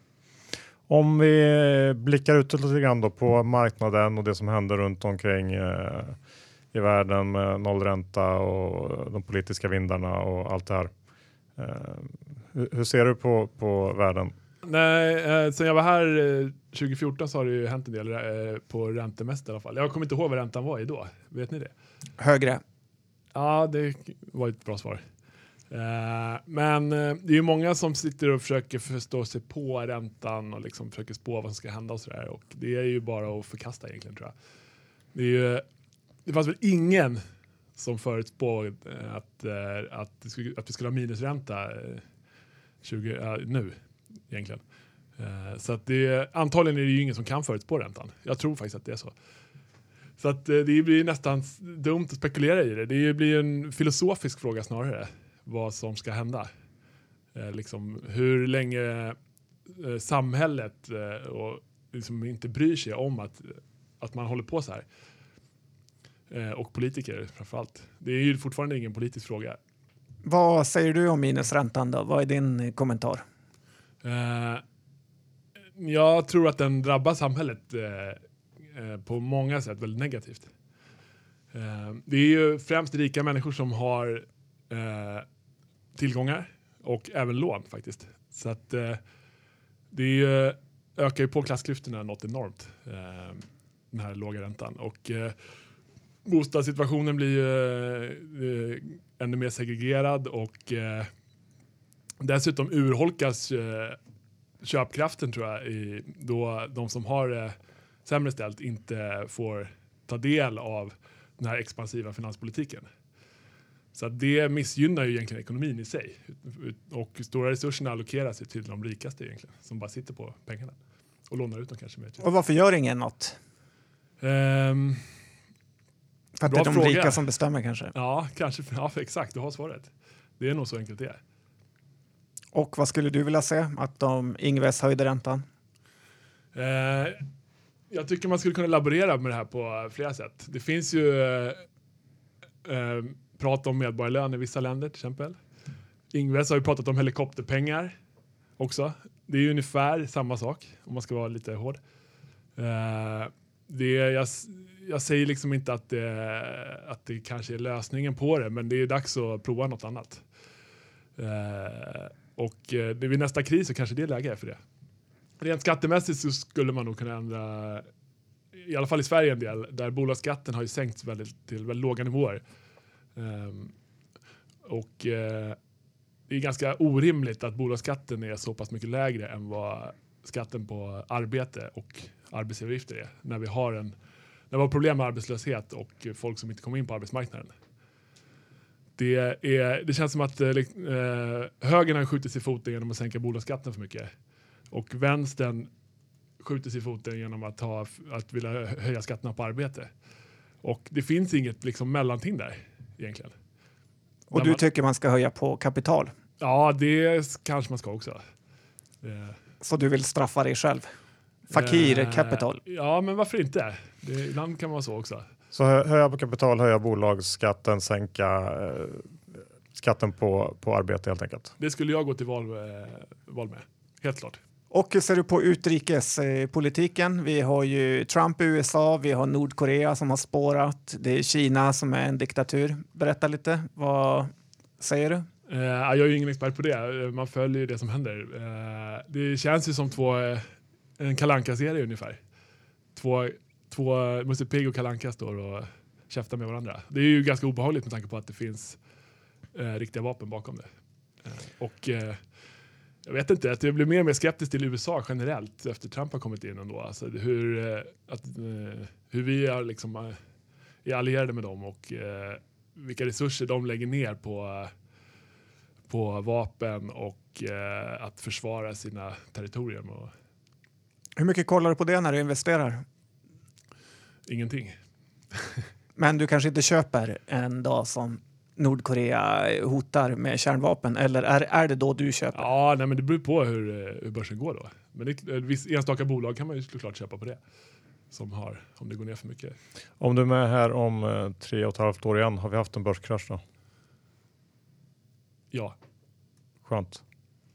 Om vi blickar ut lite grann då på marknaden och det som händer runt omkring eh, i världen med nollränta och de politiska vindarna och allt det här. Eh, hur, hur ser du på, på världen? Nej, eh, sen jag var här eh, tjugo fjorton så har det ju hänt en del eh, på räntemässigt i alla fall. Jag kommer inte ihåg vad räntan var i då. Vet ni det? Högre. Ja, det var ett bra svar. Uh, men uh, det är ju många som sitter och försöker förstå sig på räntan och liksom försöker spå vad som ska hända och sådär. Och det är ju bara att förkasta egentligen tror jag. Det, är ju, det fanns väl ingen som förutspåg uh, att, uh, att, det skulle, att vi skulle ha minusränta uh, tjugo, uh, nu egentligen. Uh, så att det, antagligen är det ju ingen som kan förutspå räntan. Jag tror faktiskt att det är så. Så att uh, det blir nästan dumt att spekulera i det. Det blir en filosofisk fråga snarare. Vad som ska hända. Eh, liksom, hur länge eh, samhället eh, och liksom inte bryr sig om att, att man håller på så här. Eh, och politiker framförallt. Det är ju fortfarande ingen politisk fråga. Vad säger du om minusräntan då? Vad är din kommentar? Eh, jag tror att den drabbar samhället eh, eh, på många sätt väldigt negativt. Eh, det är ju främst rika människor som har eh, tillgångar och även lån faktiskt. Så att eh, det är ju, ökar ju på klassklyftorna något enormt, eh, den här låga räntan. Och eh, bostadssituationen blir ju eh, ännu mer segregerad och eh, dessutom urholkas eh, köpkraften tror jag, i, då de som har det eh, sämre ställt inte får ta del av den här expansiva finanspolitiken. Så att det missgynnar ju egentligen ekonomin i sig. Och stora resurserna allokeras ju till de rikaste egentligen. Som bara sitter på pengarna. Och lånar ut dem kanske mer. Och varför gör ingen något? Um, För att det är de fråga. rika som bestämmer kanske? Ja, kanske. Ja, exakt. Du har svaret. Det är nog så enkelt det är. Och vad skulle du vilja se? Att de Ingves höjde räntan? Uh, jag tycker man skulle kunna laborera med det här på flera sätt. Det finns ju... Uh, uh, prata om medborgarlön i vissa länder till exempel. Ingves har ju pratat om helikopterpengar också. Det är ju ungefär samma sak om man ska vara lite hård. Uh, det är, jag, jag säger liksom inte att det, att det kanske är lösningen på det, men det är dags att prova något annat. Uh, och det vid nästa kris så kanske det är läge för det. Rent skattemässigt så skulle man nog kunna ändra, i alla fall i Sverige en del, där bolagsskatten har ju sänkts väldigt, till väldigt låga nivåer. Um, och uh, det är ganska orimligt att bolagsskatten är så pass mycket lägre än vad skatten på arbete och arbetsgivaravgifter är när vi har en när vi har problem med arbetslöshet och folk som inte kommer in på arbetsmarknaden. Det, är, det känns som att uh, högern har skjutit sig i foten genom att sänka bolagsskatten för mycket och vänstern skjuter sig i foten genom att, ha, att vilja höja skatterna på arbete. Och det finns inget liksom mellanting där egentligen. Och där du man, tycker man ska höja på kapital? Ja, det kanske man ska också. Det, så du vill straffa dig själv? Fakir eh, kapital? Ja, men varför inte? Det, ibland kan man vara så också. Så hö- höja på kapital, höja bolagsskatten, sänka eh, skatten på, på arbete helt enkelt. Det skulle jag gå till val, eh, val med, helt klart. Och hur ser du på utrikespolitiken? Vi har ju Trump i U S A, vi har Nordkorea som har spårat, det är Kina som är en diktatur. Berätta lite, vad säger du? Uh, jag är ju ingen expert på det, man följer ju det som händer. Uh, det känns ju som två, uh, en Kalle Anka-serie ungefär. Två, två Musse Pigg och Kalle Anka står och käftar med varandra. Det är ju ganska obehagligt med tanke på att det finns uh, riktiga vapen bakom det. Uh, och uh, jag vet inte, att jag blir mer och mer skeptisk till U S A generellt efter Trump har kommit in ändå. Alltså hur, uh, att, uh, hur vi är, liksom, uh, är allierade med dem och uh, vilka resurser de lägger ner på uh, på vapen och eh, att försvara sina territorium. Och hur mycket kollar du på det när du investerar? Ingenting. Men du kanske inte köper en dag som Nordkorea hotar med kärnvapen, eller är, är det då du köper? Ja, nej, men det beror på hur, hur börsen går då. Men det, viss enstaka bolag kan man ju såklart köpa på det. Som har, om det går ner för mycket. Om du är med här om eh, tre och ett halvt år igen, har vi haft en börskrasch då? Ja. Skönt.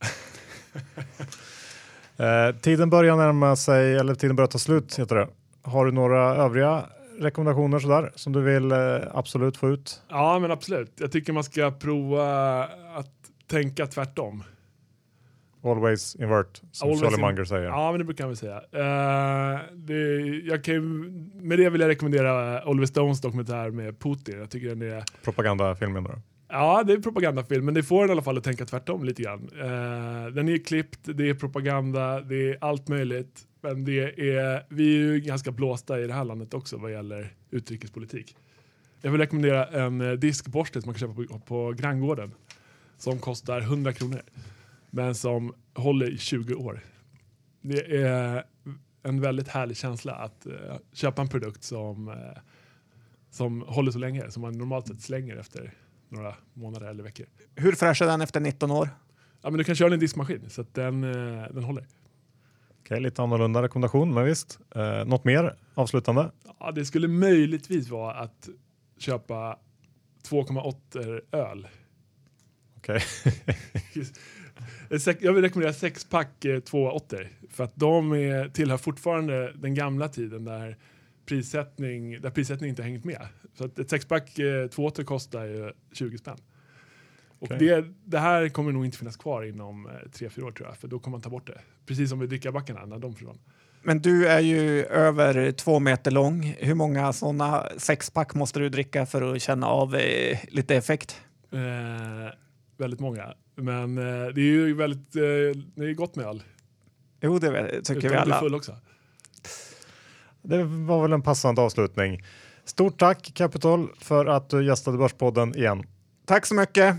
eh, tiden börjar närma sig, eller tiden börjar ta slut heter det. Har du några övriga rekommendationer sådär som du vill eh, absolut få ut? Ja, men absolut. Jag tycker man ska prova att tänka tvärtom. Always invert, som Always Charlie in- Munger säger. Ja, men det brukar man säga. Uh, det, jag kan, med det vill jag rekommendera Oliver Stones dokumentär med Putin. Jag tycker den är... Propagandafilmen då? Ja, det är propagandafilm, men det får en i alla fall att tänka tvärtom lite grann. Uh, den är klippt, det är propaganda, det är allt möjligt. Men det är, vi är ju ganska blåsta i det här landet också vad gäller utrikespolitik. Jag vill rekommendera en uh, diskborste som man kan köpa på, på granngården. Som kostar hundra kronor. Men som håller i tjugo år. Det är en väldigt härlig känsla att uh, köpa en produkt som, uh, som håller så länge. Som man normalt sett slänger efter några månader eller veckor. Hur fräsch är den efter nitton år? Ja, men du kan köra en diskmaskin så att den, uh, den håller. Okej, lite annorlunda rekommendation, men visst. Uh, något mer avslutande? Ja, det skulle möjligtvis vara att köpa två komma åtta öl. Okej. Jag vill rekommendera sexpack eh, två komma åtta för att de är, tillhör fortfarande den gamla tiden där prissättning, där prissättning inte har hängt med. Så att ett sexpack eh, två komma åtta kostar ju tjugo spänn. Och Okay. det, det här kommer nog inte finnas kvar inom eh, tre fyra år tror jag, för då kommer man ta bort det. Precis som med drickabackarna när de försvann. Men du är ju över två meter lång. Hur många sådana sexpack måste du dricka för att känna av eh, lite effekt? Eh, väldigt många. Men eh, det är ju väldigt eh, det är gott med öl. Jo, det vet- tycker Utan vi att bli alla. full också. Det var väl en passande avslutning. Stort tack Capital för att du gästade Börspodden igen. Tack så mycket.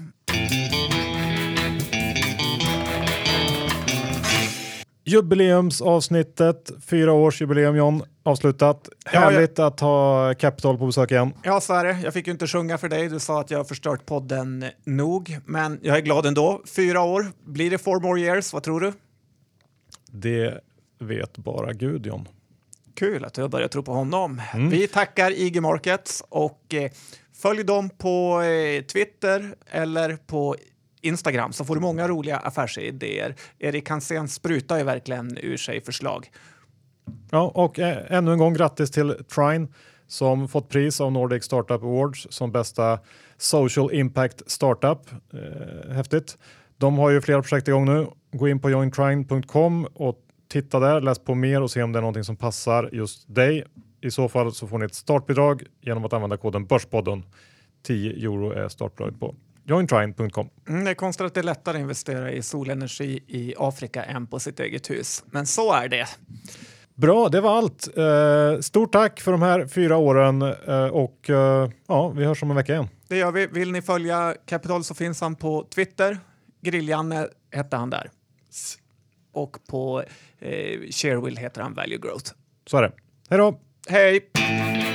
Jubileumsavsnittet, fyra års jubileum John, avslutat. Ja, Härligt att ha Capital på besök igen. Ja, så är det. Jag fick ju inte sjunga för dig. Du sa att jag har förstört podden nog. Men jag är glad ändå. Fyra år. Blir det four more years? Vad tror du? Det vet bara Gud John. Kul att du har börjat tro på honom. Mm. Vi tackar I G Markets och eh, följ dem på eh, Twitter eller på Instagram så får du många roliga affärsidéer. Erik Hansén sprutar ju verkligen ur sig förslag. Ja, och ä- ännu en gång grattis till Trine som fått pris av Nordic Startup Awards som bästa social impact startup. Eh, häftigt. De har ju flera projekt igång nu. Gå in på join trine punkt com och titta där, läs på mer och se om det är någonting som passar just dig. I så fall så får ni ett startbidrag genom att använda koden Börspodden. tio euro är startbidraget på join trine punkt com. Mm, det är konstigt att det är lättare att investera i solenergi i Afrika än på sitt eget hus. Men så är det. Bra, det var allt. Eh, stort tack för de här fyra åren eh, och eh, ja, vi hörs om en vecka igen. Det gör vi. Vill ni följa Capital så finns han på Twitter. Grilljanne hette han där. Och på eh, Sharewill heter han Value Growth. Så är det. Hej då! Hej!